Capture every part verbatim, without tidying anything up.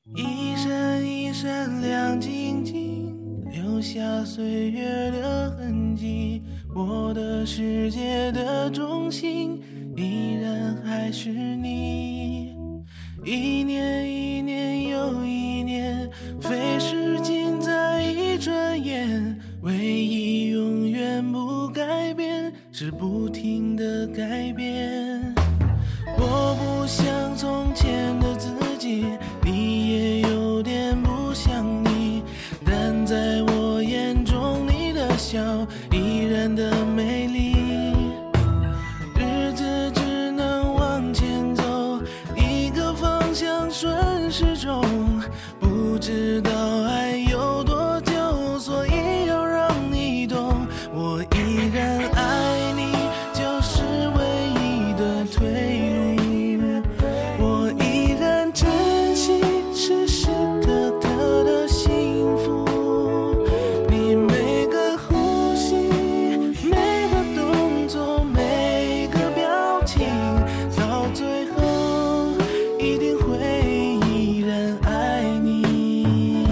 一闪一闪亮晶晶，留下岁月的痕迹。我的世界的中心，依然还是你。一年一年又一年，飞逝尽在一转眼。唯一永远不改变，是不停的改变。我不像从前的自己，你也有点不像你，但在我眼中，你的笑依然的美丽。日子只能往前走，一个方向顺时钟，不知道爱有多久，所以要让你懂，我依然爱你，就是唯一的退路。我依然珍惜时时刻刻的幸福，你每个呼吸，每个动作，每个表情，到最后一定会依然爱你，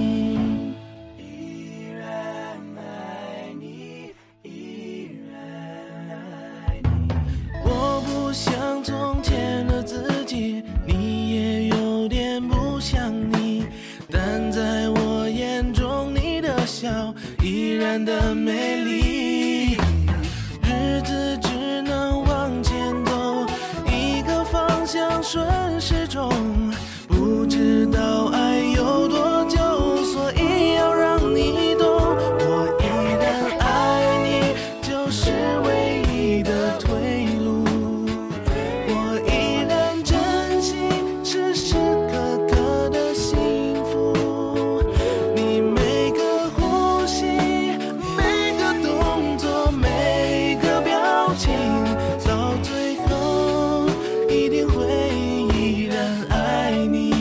依然爱你，依然爱你。我不像从前的自己，你也有点不像你，但在我眼中，你的笑依然的美丽。日子只能往前走，一个方向顺时钟，不知道爱有多久，所以要让你懂，我依然爱你，就是唯一的退路。我依然珍惜时时刻刻的幸福，你每个呼吸，每个动作，每个表情，到最后一定会依然爱你。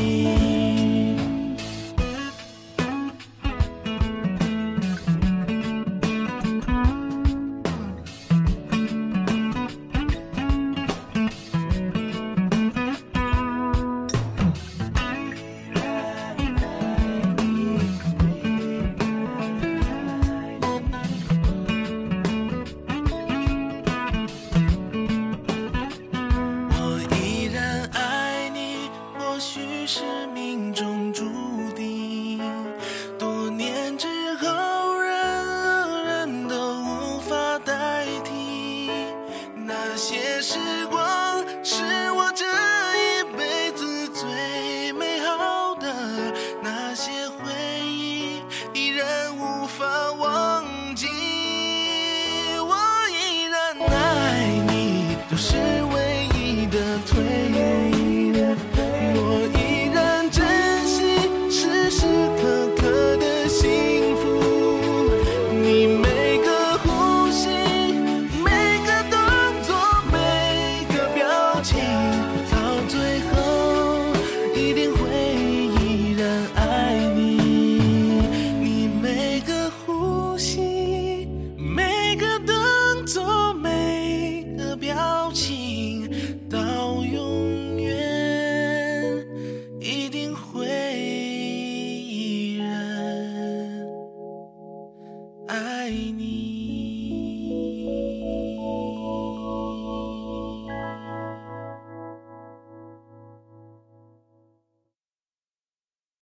我依然爱你，或许是命中注定，